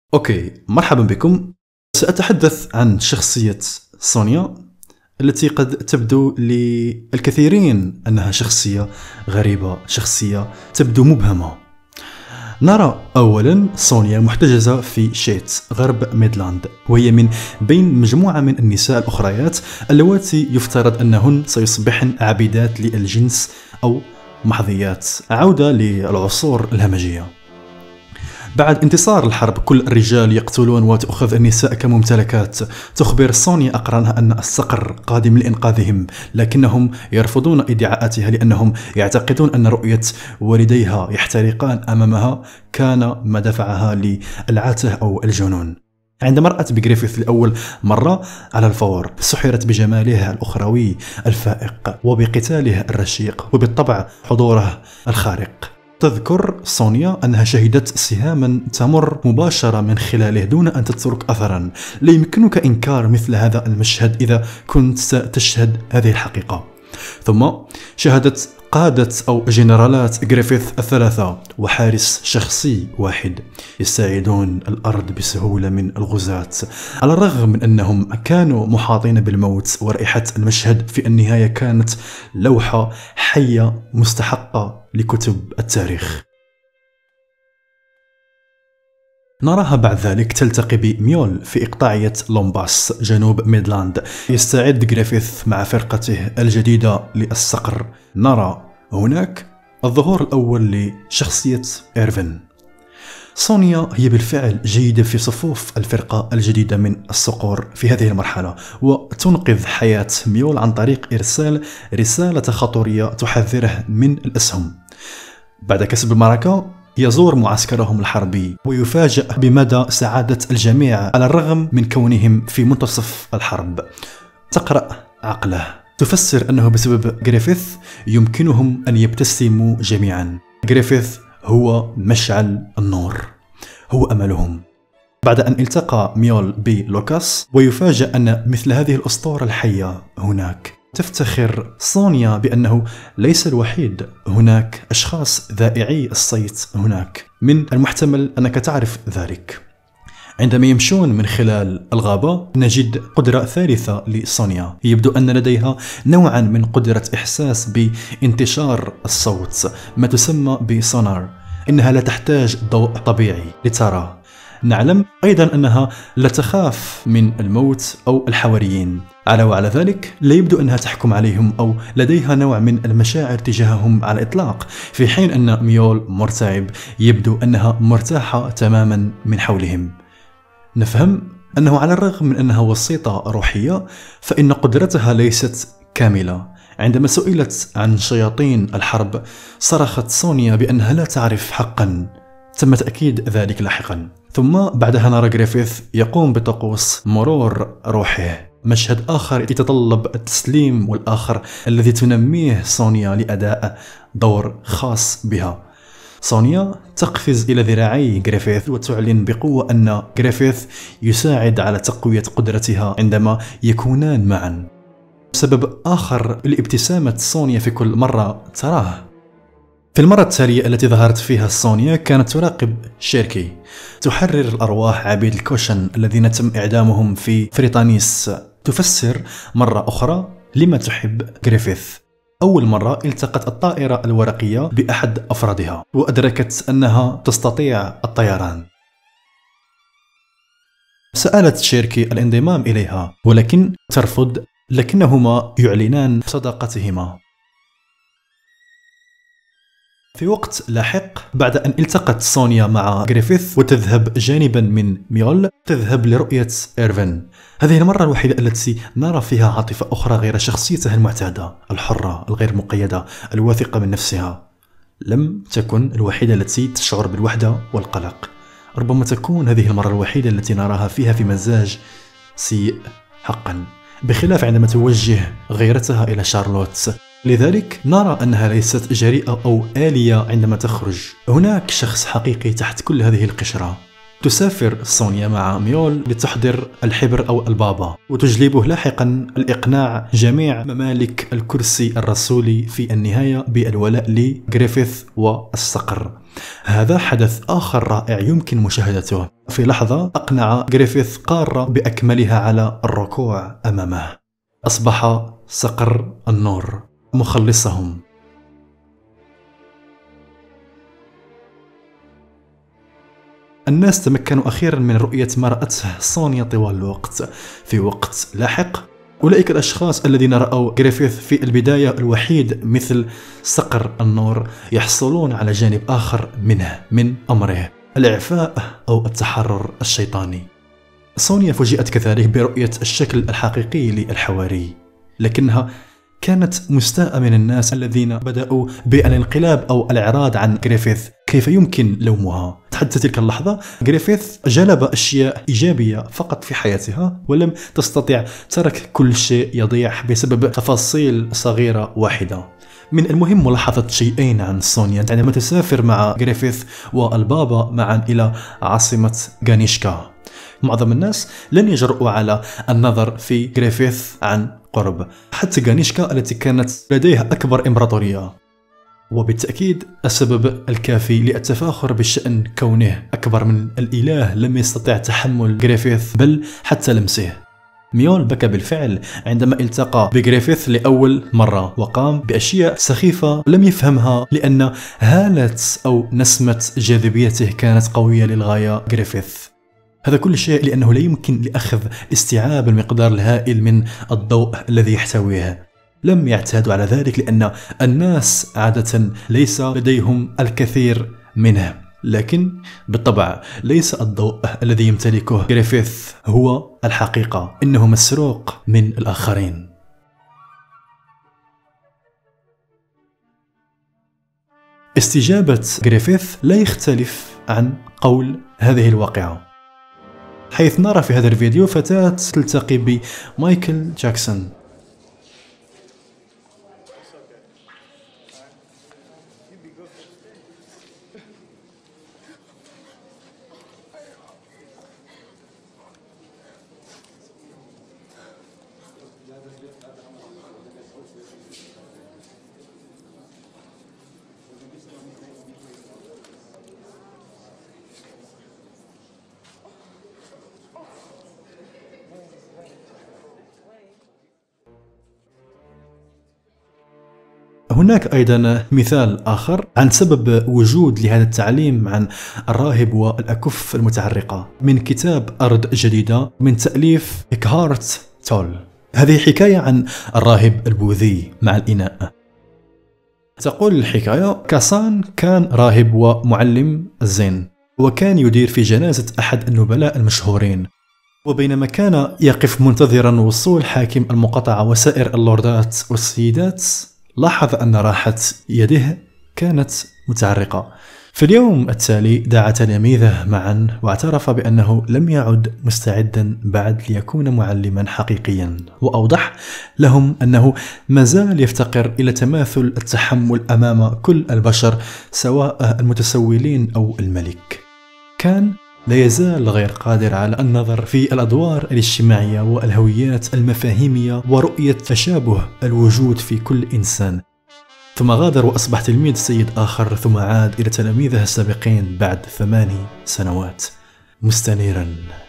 اوكي، مرحبا بكم. سأتحدث عن شخصية سونيا التي قد تبدو للكثيرين أنها شخصية غريبة، شخصية تبدو مبهمة. نرى أولا سونيا محتجزة في شيت غرب ميدلاند، وهي من بين مجموعة من النساء الأخريات اللواتي يفترض أنهن سيصبحن عابدات للجنس أو محظيات. عودة للعصور الهمجية. بعد انتصار الحرب كل الرجال يقتلون وتأخذ النساء كممتلكات. تخبر سونيا أقرانها أن الصقر قادم لإنقاذهم، لكنهم يرفضون ادعاءاتها لأنهم يعتقدون أن رؤية والديها يحترقان أمامها كان ما دفعها للعاته أو الجنون. عندما رأت بغريفيث لأول مرة على الفور سحرت بجماله الأخروي الفائق وبقتاله الرشيق وبالطبع حضوره الخارق. تذكر سونيا أنها شهدت سهاما تمر مباشرة من خلاله دون أن تترك أثرا. لا يمكنك إنكار مثل هذا المشهد إذا كنت تشهد هذه الحقيقة. ثم شاهدت قادة أو جنرالات غريفيث الثلاثة وحارس شخصي واحد يستعيدون الأرض بسهولة من الغزاة، على الرغم من أنهم كانوا محاطين بالموت. ورائحة المشهد في النهاية كانت لوحة حية مستحقة لكتب التاريخ. نراها بعد ذلك تلتقي بميول في إقطاعية لومباس جنوب ميدلاند. يستعد غريفيث مع فرقته الجديدة للصقر. نرى هناك الظهور الأول لشخصية إيرفين. سونيا هي بالفعل جيدة في صفوف الفرقة الجديدة من الصقور في هذه المرحلة، وتنقذ حياة ميول عن طريق إرسال رسالة تخاطرية تحذره من الأسهم. بعد كسب المعركة يزور معسكرهم الحربي ويفاجأ بمدى سعادة الجميع على الرغم من كونهم في منتصف الحرب. تقرأ عقله، تفسر أنه بسبب غريفيث يمكنهم أن يبتسموا جميعا. غريفيث هو مشعل النور، هو أملهم. بعد أن التقى ميول بلوكاس ويفاجأ أن مثل هذه الأسطورة الحية هناك. تفتخر سونيا بأنه ليس الوحيد، هناك أشخاص ذائعي الصيت هناك، من المحتمل أنك تعرف ذلك. عندما يمشون من خلال الغابة نجد قدرة ثالثة لسونيا. يبدو أن لديها نوعا من قدرة إحساس بانتشار الصوت، ما تسمى بسونار. إنها لا تحتاج ضوء طبيعي لترى. نعلم أيضا أنها لا تخاف من الموت أو الحواريين. على ذلك لا يبدو أنها تحكم عليهم أو لديها نوع من المشاعر تجاههم على الإطلاق، في حين أن ميول مرتعب يبدو أنها مرتاحة تماما من حولهم. نفهم أنه على الرغم من أنها وسيطة روحية فإن قدرتها ليست كاملة. عندما سئلت عن شياطين الحرب صرخت سونيا بأنها لا تعرف حقا. تم تأكيد ذلك لاحقا. ثم بعدها نرى غريفيث يقوم بطقوس مرور روحه. مشهد آخر يتطلب التسليم، والآخر الذي تنميه سونيا لأداء دور خاص بها. سونيا تقفز إلى ذراعي غريفيث وتعلن بقوة أن غريفيث يساعد على تقوية قدرتها عندما يكونان معا. سبب آخر لابتسامة سونيا في كل مرة تراه. في المرة التالية التي ظهرت فيها سونيا كانت تراقب شيركي، تحرر الأرواح عبيد الكوشن الذين تم إعدامهم في فريطانيس. تفسر مرة أخرى لما تحب غريفيث. أول مرة التقت الطائرة الورقية بأحد أفرادها وأدركت أنها تستطيع الطيران. سألت شيركي الانضمام إليها ولكن ترفض، لكنهما يعلنان صداقتهما. في وقت لاحق بعد أن التقت سونيا مع غريفيث وتذهب جانبا من ميول، تذهب لرؤية إيرفين. هذه المرة الوحيدة التي نرى فيها عاطفة أخرى غير شخصيتها المعتادة الحرة الغير مقيدة الواثقة من نفسها. لم تكن الوحيدة التي تشعر بالوحدة والقلق. ربما تكون هذه المرة الوحيدة التي نراها فيها في مزاج سيء حقا، بخلاف عندما توجه غيرتها إلى شارلوت. لذلك نرى أنها ليست جريئة أو آلية عندما تخرج. هناك شخص حقيقي تحت كل هذه القشرة. تسافر سونيا مع ميول لتحضر الحبر أو البابا وتجلبه لاحقا الإقناع جميع ممالك الكرسي الرسولي في النهاية بالولاء لغريفيث والصقر. هذا حدث آخر رائع يمكن مشاهدته. في لحظة أقنع غريفيث قارة بأكملها على الركوع أمامه. أصبح صقر النور مخلصهم. الناس تمكنوا أخيرا من رؤية ما رأته سونيا طوال الوقت. في وقت لاحق أولئك الأشخاص الذين رأوا غريفيث في البداية الوحيد مثل صقر النور يحصلون على جانب آخر منه، من أمره الإعفاء أو التحرر الشيطاني. سونيا فوجئت كذلك برؤية الشكل الحقيقي للحواري، لكنها كانت مستاءة من الناس الذين بدأوا بالانقلاب أو الإعراض عن غريفيث. كيف يمكن لومها؟ حتى تلك اللحظة غريفيث جلب أشياء إيجابية فقط في حياتها، ولم تستطع ترك كل شيء يضيع بسبب تفاصيل صغيرة واحدة. من المهم ملاحظة شيئين عن سونيا عندما تسافر مع غريفيث والبابا معا إلى عاصمة غانيشكا. معظم الناس لن يجرؤوا على النظر في غريفيث عن قرب، حتى غانيشكا التي كانت لديها أكبر إمبراطورية، وبالتأكيد السبب الكافي للتفاخر بالشأن كونه أكبر من الإله لم يستطع تحمل غريفيث بل حتى لمسه. ميول بكى بالفعل عندما التقى بغريفيث لأول مرة، وقام بأشياء سخيفة لم يفهمها لأن هالة أو نسمة جاذبيته كانت قوية للغاية. غريفيث هذا كل شيء لأنه لا يمكن لأخذ استيعاب المقدار الهائل من الضوء الذي يحتويه. لم يعتادوا على ذلك لأن الناس عادة ليس لديهم الكثير منه، لكن بالطبع ليس الضوء الذي يمتلكه غريفيث هو الحقيقة، إنه مسروق من الآخرين. استجابة غريفيث لا يختلف عن قول هذه الواقعة، حيث نرى في هذا الفيديو فتاة تلتقي بمايكل جاكسون. هناك أيضا مثال آخر عن سبب وجود لهذا التعليم عن الراهب والأكف المتعرقة من كتاب أرض جديدة من تأليف إكهارت تول. هذه حكاية عن الراهب البوذي مع الإناء. تقول الحكاية: كاسان كان راهب ومعلم الزين، وكان يدير في جنازة أحد النبلاء المشهورين، وبينما كان يقف منتظرا وصول حاكم المقاطعة وسائر اللوردات والسيدات، لاحظ أن راحة يده كانت متعرقة. في اليوم التالي دعا تلاميذه معا واعترف بأنه لم يعد مستعدا بعد ليكون معلما حقيقيا، وأوضح لهم أنه ما زال يفتقر إلى تماثل التحمل أمام كل البشر سواء المتسولين أو الملك. كان لا يزال غير قادر على النظر في الأدوار الاجتماعية والهويات المفاهيمية ورؤية تشابه الوجود في كل إنسان. ثم غادر وأصبح تلميذ سيد آخر، ثم عاد إلى تلاميذه السابقين بعد 8 سنوات مستنيرا.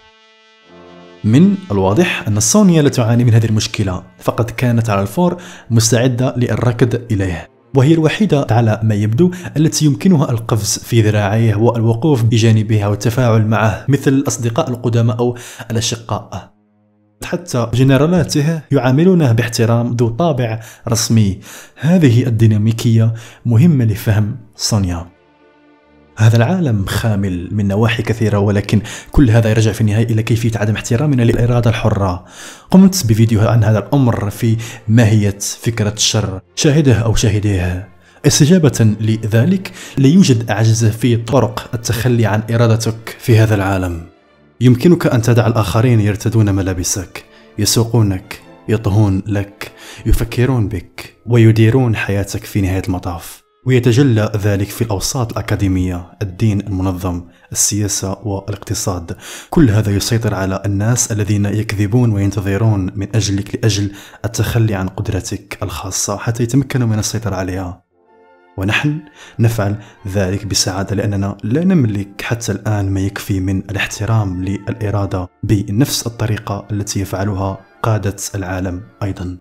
من الواضح أن سونيا لا تعاني من هذه المشكلة، فقد كانت على الفور مستعدة للركض إليه، وهي الوحيدة على ما يبدو التي يمكنها القفز في ذراعيه والوقوف بجانبها والتفاعل معه مثل الأصدقاء القدامى أو الأشقاء. حتى جنرالاته يعاملونه باحترام ذو طابع رسمي. هذه الديناميكية مهمة لفهم سونيا. هذا العالم خامل من نواحي كثيرة، ولكن كل هذا يرجع في النهاية إلى كيفية عدم احترامنا للإرادة الحرة. قمت بفيديو عن هذا الأمر في ماهية فكرة الشر، شاهده أو شاهديه. استجابة لذلك، لا يوجد أعجز في طرق التخلي عن إرادتك في هذا العالم. يمكنك أن تدع الآخرين يرتدون ملابسك، يسوقونك، يطهون لك، يفكرون بك ويديرون حياتك في نهاية المطاف، ويتجلى ذلك في الأوساط الأكاديمية، الدين المنظم، السياسة والاقتصاد. كل هذا يسيطر على الناس الذين يكذبون وينتظرون من أجلك لأجل التخلي عن قدرتك الخاصة حتى يتمكنوا من السيطرة عليها. ونحن نفعل ذلك بسعادة، لأننا لا نملك حتى الآن ما يكفي من الاحترام للإرادة بنفس الطريقة التي يفعلها قادة العالم أيضا.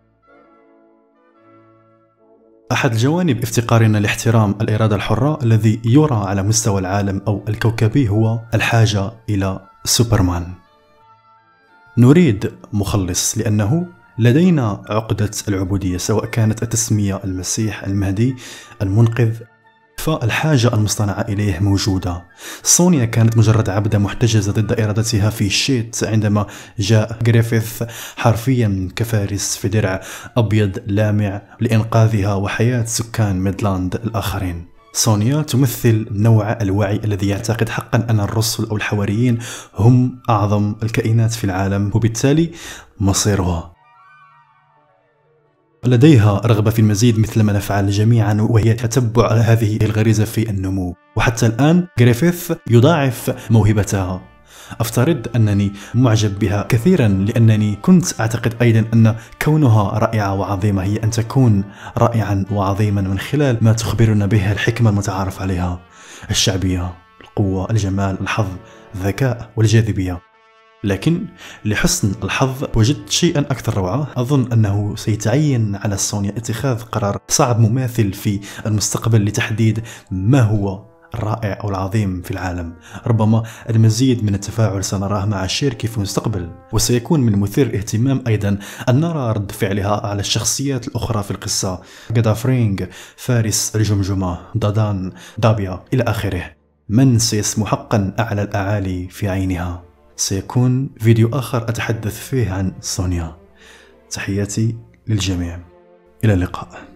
أحد الجوانب افتقارنا لاحترام الإرادة الحرة الذي يرى على مستوى العالم أو الكوكبي هو الحاجة إلى سوبرمان. نريد مخلص لأنه لدينا عقدة العبودية، سواء كانت التسمية المسيح، المهدي، المنقذ، فالحاجة المصطنعة إليه موجودة. سونيا كانت مجرد عبدة محتجزة ضد إرادتها في شيت عندما جاء غريفيث حرفيا كفارس في درع أبيض لامع لإنقاذها وحياة سكان ميدلاند الآخرين. سونيا تمثل نوع الوعي الذي يعتقد حقا أن الرسل أو الحواريين هم أعظم الكائنات في العالم، وبالتالي مصيرها. لديها رغبة في المزيد مثل ما نفعل جميعا، وهي تتبع هذه الغريزة في النمو، وحتى الآن غريفيث يضاعف موهبتها. أفترض أنني معجب بها كثيرا، لأنني كنت أعتقد أيضا أن كونها رائعة وعظيمة هي أن تكون رائعا وعظيما من خلال ما تخبرنا به الحكمة المتعارف عليها: الشعبية، القوة، الجمال، الحظ، الذكاء والجاذبية. لكن لحسن الحظ وجدت شيئا أكثر روعة. أظن أنه سيتعين على سونيا اتخاذ قرار صعب مماثل في المستقبل لتحديد ما هو الرائع أو العظيم في العالم. ربما المزيد من التفاعل سنراه مع شيركي في المستقبل، وسيكون من مثير الاهتمام أيضا أن نرى رد فعلها على الشخصيات الأخرى في القصة: غادافرينغ، فارس الجمجمة، دادان، دابيا إلى آخره. من سيسمو حقا أعلى الأعالي في عينها؟ سيكون فيديو آخر أتحدث فيه عن سونيا. تحياتي للجميع، إلى اللقاء.